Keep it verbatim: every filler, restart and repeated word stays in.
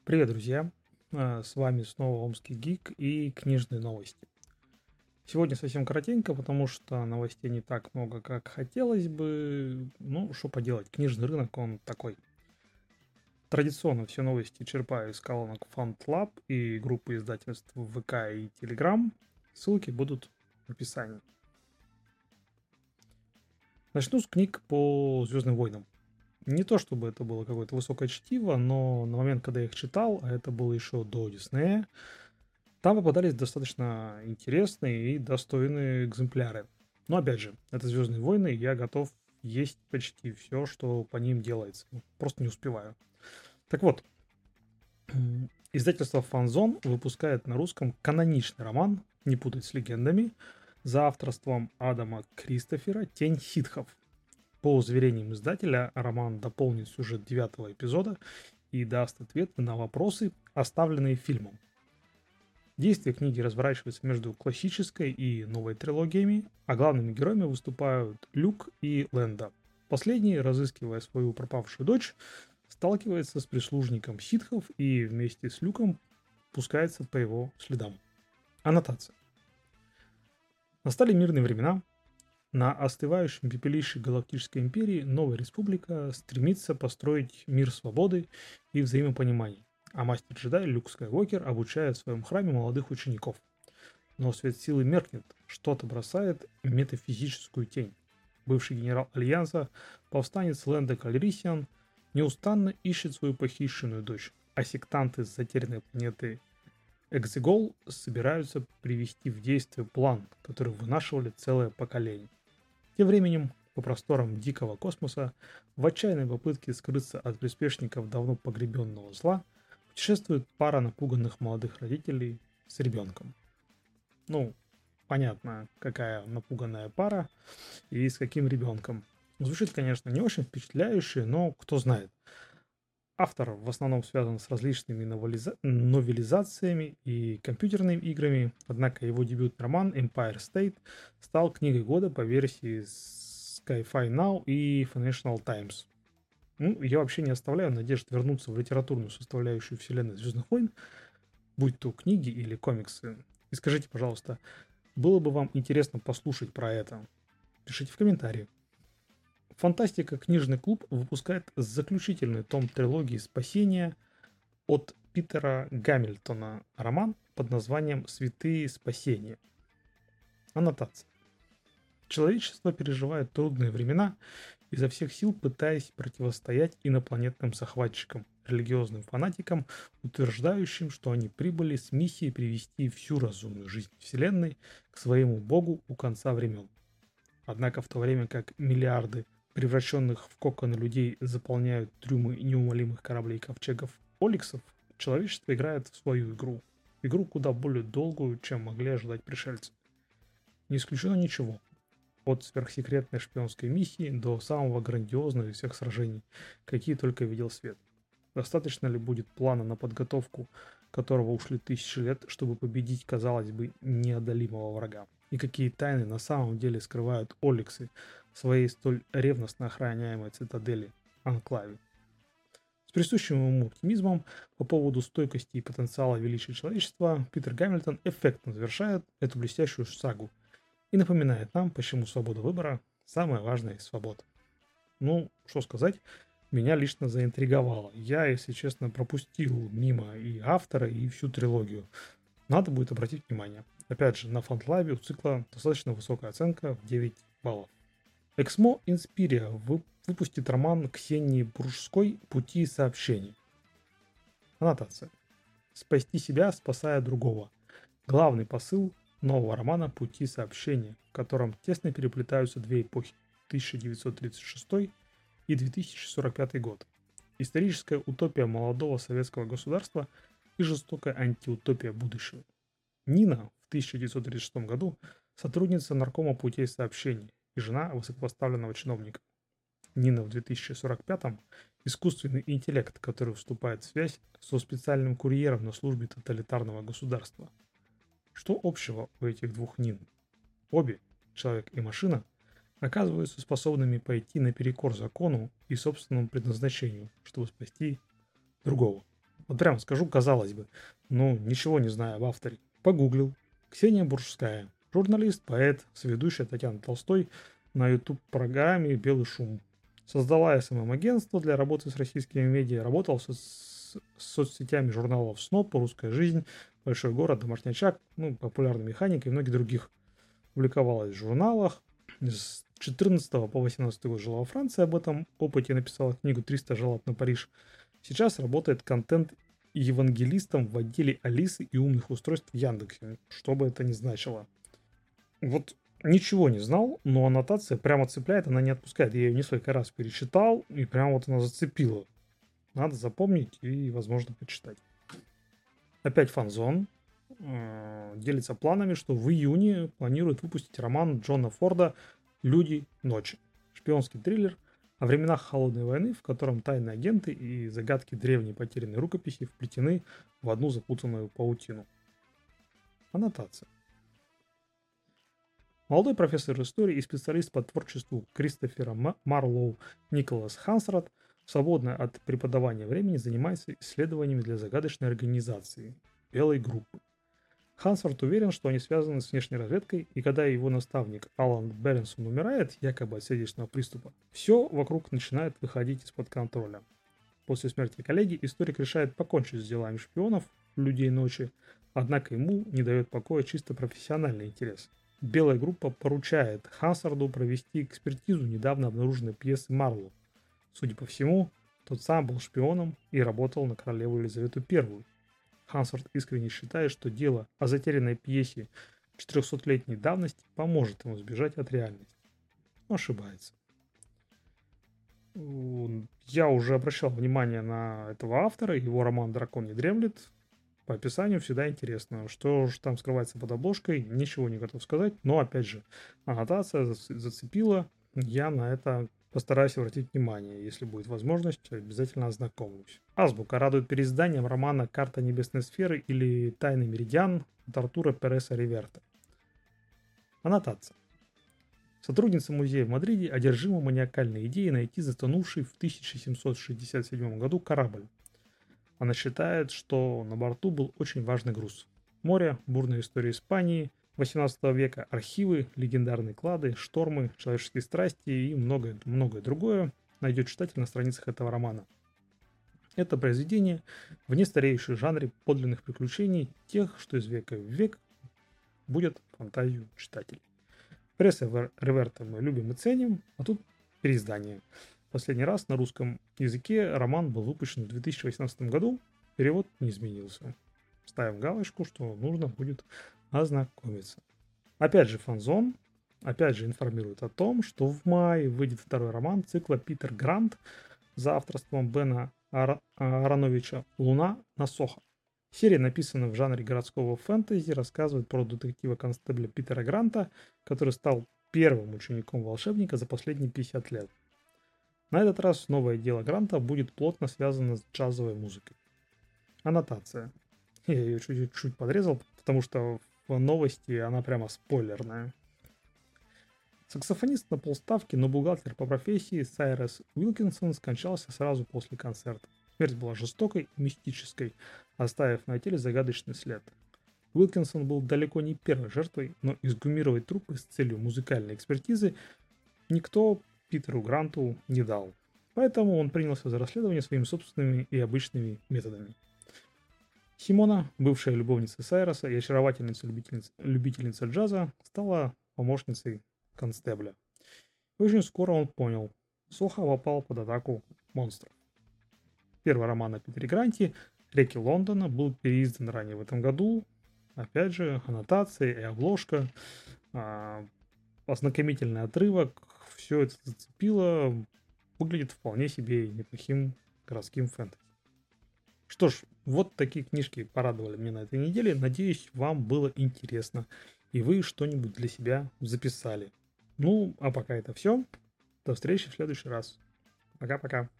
Привет, друзья! А, С вами снова Омский Гик и книжные новости. Сегодня совсем коротенько, потому что новостей не так много, как хотелось бы. Ну, что поделать, книжный рынок, он такой. Традиционно все новости черпаю из колонок FundLab и группы издательств ВК и Telegram. Ссылки будут в описании. Начну с книг по Звездным войнам. Не то чтобы это было какое-то высокое чтиво, но на момент, когда я их читал, а это было еще до Диснея, там попадались достаточно интересные и достойные экземпляры. Но опять же, это «Звездные войны», я готов есть почти все, что по ним делается. Просто не успеваю. Так вот, издательство «Фанзон» выпускает на русском каноничный роман, не путать с легендами, за авторством Адама Кристофера «Тень ситхов». По уверениям издателя, роман дополнит сюжет девятого эпизода и даст ответы на вопросы, оставленные фильмом. Действие книги разворачивается между классической и новой трилогиями, а главными героями выступают Люк и Лэнда. Последний, разыскивая свою пропавшую дочь, сталкивается с прислужником ситхов и вместе с Люком пускается по его следам. Аннотация. Настали мирные времена. На остывающем пепелище Галактической империи новая республика стремится построить мир свободы и взаимопонимания, а мастер-джедай Люк Скайуокер обучает в своем храме молодых учеников. Но свет силы меркнет, что-то бросает метафизическую тень. Бывший генерал Альянса, повстанец Лэнда Кальрисиан, неустанно ищет свою похищенную дочь, а сектанты с затерянной планеты Экзегол собираются привести в действие план, который вынашивали целое поколение. Тем временем, по просторам дикого космоса, в отчаянной попытке скрыться от приспешников давно погребенного зла, путешествует пара напуганных молодых родителей с ребенком. Ну, понятно, какая напуганная пара и с каким ребенком. Звучит, конечно, не очень впечатляюще, но кто знает. Автор в основном связан с различными новелиза- новелизациями и компьютерными играми, однако его дебютный роман Empire State стал книгой года по версии Sci-Fi Now и Financial Times. Ну, я вообще не оставляю надежд вернуться в литературную составляющую вселенной Звездных войн, будь то книги или комиксы. И скажите, пожалуйста, было бы вам интересно послушать про это? Пишите в комментарии. Фантастика Книжный клуб выпускает заключительный том трилогии «Спасение» от Питера Гамильтона, роман под названием «Святые спасения». Аннотация. Человечество переживает трудные времена, изо всех сил пытаясь противостоять инопланетным захватчикам, религиозным фанатикам, утверждающим, что они прибыли с миссией привести всю разумную жизнь Вселенной к своему богу у конца времен. Однако в то время как миллиарды превращенных в коконы людей заполняют трюмы неумолимых кораблей ковчегов Оликсов, человечество играет в свою игру. Игру куда более долгую, чем могли ожидать пришельцы. Не исключено ничего. От сверхсекретной шпионской миссии до самого грандиозного из всех сражений, какие только видел свет. Достаточно ли будет плана на подготовку, которого ушли тысячи лет, чтобы победить, казалось бы, неодолимого врага? И какие тайны на самом деле скрывают Оликсы в своей столь ревностно охраняемой цитадели Анклаве? С присущим ему оптимизмом по поводу стойкости и потенциала величия человечества Питер Гамильтон эффектно завершает эту блестящую сагу и напоминает нам, почему свобода выбора – самая важная из свобод. Ну, что сказать, меня лично заинтриговало. Я, если честно, пропустил мимо и автора, и всю трилогию. Надо будет обратить внимание. Опять же, на FundLab у цикла достаточно высокая оценка в девять баллов. Эксмо Инспирия выпустит роман Ксении Буржской «Пути сообщений». Аннотация. Спасти себя, спасая другого. Главный посыл нового романа «Пути сообщения», в котором тесно переплетаются две эпохи – тысяча девятьсот тридцать шестой и две тысячи сорок пятый год. Историческая утопия молодого советского государства и жестокая антиутопия будущего. Нина в тысяча девятьсот тридцать шестом году сотрудница наркома путей сообщений и жена высокопоставленного чиновника. Нина в две тысячи сорок пятом искусственный интеллект, который вступает в связь со специальным курьером на службе тоталитарного государства. Что общего у этих двух Нин? Обе, человек и машина, оказываются способными пойти наперекор закону и собственному предназначению, чтобы спасти другого. Вот прямо скажу, казалось бы, ну, ничего не знаю об авторе. Погуглил. Ксения Буржская. Журналист, поэт, соведущая Татьяна Толстой на YouTube-программе «Белый шум». Создала эс эм эм-агентство для работы с российскими медиа, работала с, с соцсетями журналов «Сноп», «Русская жизнь», «Большой город», «Домашний очаг», ну, «Популярная механика» и многих других. Публиковалась в журналах. С четырнадцатого по восемнадцатый год жила во Франции, об этом опыте написала книгу «триста жалоб на Париж». Сейчас работает контент-евангелистом в отделе Алисы и умных устройств в Яндексе, что бы это ни значило. Вот ничего не знал, но аннотация прямо цепляет, она не отпускает. Я ее несколько раз перечитал, и прямо вот она зацепила. Надо запомнить и, возможно, почитать. Опять фанзон. Делится планами, что в июне планирует выпустить роман Джона Форда «Люди ночи». Шпионский триллер о временах Холодной войны, в котором тайные агенты и загадки древней потерянной рукописи вплетены в одну запутанную паутину. Аннотация. Молодой профессор истории и специалист по творчеству Кристофера Марлоу Николас Хансрад в свободное от преподавания времени занимается исследованиями для загадочной организации «Белой группы». Хансфорд уверен, что они связаны с внешней разведкой, и когда его наставник Алан Беренсон умирает, якобы от сердечного приступа, все вокруг начинает выходить из-под контроля. После смерти коллеги историк решает покончить с делами шпионов, людей ночи, однако ему не дает покоя чисто профессиональный интерес. Белая группа поручает Хансфорду провести экспертизу недавно обнаруженной пьесы Марлоу. Судя по всему, тот сам был шпионом и работал на королеву Елизавету Первую. Хансфорд искренне считает, что дело о затерянной пьесе четырехсотлетней давности поможет ему сбежать от реальности. Но ошибается. Я уже обращал внимание на этого автора, его роман «Дракон не дремлет». По описанию всегда интересно. Что же там скрывается под обложкой, ничего не готов сказать. Но, опять же, аннотация зацепила. Я на это постараюсь обратить внимание. Если будет возможность, обязательно ознакомлюсь. Азбука радует переизданием романа «Карта небесной сферы» или «Тайный меридиан» от Артура Переса Реверта. Аннотация. Сотрудница музея в Мадриде одержима маниакальной идеей найти затонувший в тысяча семьсот шестьдесят седьмом году корабль. Она считает, что на борту был очень важный груз. Море, бурная история Испании, восемнадцатого века, архивы, легендарные клады, штормы, человеческие страсти и многое, многое другое найдет читатель на страницах этого романа. Это произведение в нестареющем жанре подлинных приключений, тех, что из века в век будет фантазию читателей. Пресса Реверта мы любим и ценим, а тут переиздание. Последний раз на русском языке роман был выпущен в две тысячи восемнадцатом году, перевод не изменился. Ставим галочку, что нужно будет ознакомиться. Опять же фанзон, опять же информирует о том, что в мае выйдет второй роман цикла Питер Грант за авторством Бена Ар- Ароновича «Луна на Сохо». Серия написана в жанре городского фэнтези, рассказывает про детектива-констебля Питера Гранта, который стал первым учеником волшебника за последние пятьдесят лет. На этот раз новое дело Гранта будет плотно связано с джазовой музыкой. Аннотация. Я ее чуть-чуть подрезал, потому что в новости она прямо спойлерная. Саксофонист на полставки, но бухгалтер по профессии Сайрес Уилкинсон скончался сразу после концерта. Смерть была жестокой и мистической, оставив на теле загадочный след. Уилкинсон был далеко не первой жертвой, но изгумировать трупы с целью музыкальной экспертизы никто Питеру Гранту не дал. Поэтому он принялся за расследование своими собственными и обычными методами. Симона, бывшая любовница Сайроса и очаровательница любительница, любительница джаза, стала помощницей констебля. И очень скоро он понял, Сохо попал под атаку монстров. Первый роман о Питере Гранте «Реки Лондона» был переиздан ранее в этом году. Опять же, аннотация и обложка, а, ознакомительный отрывок, все это зацепило, выглядит вполне себе неплохим городским фэнтези. Что ж, вот такие книжки порадовали меня на этой неделе. Надеюсь, вам было интересно, и вы что-нибудь для себя записали. Ну, а пока это все. До встречи в следующий раз. Пока-пока.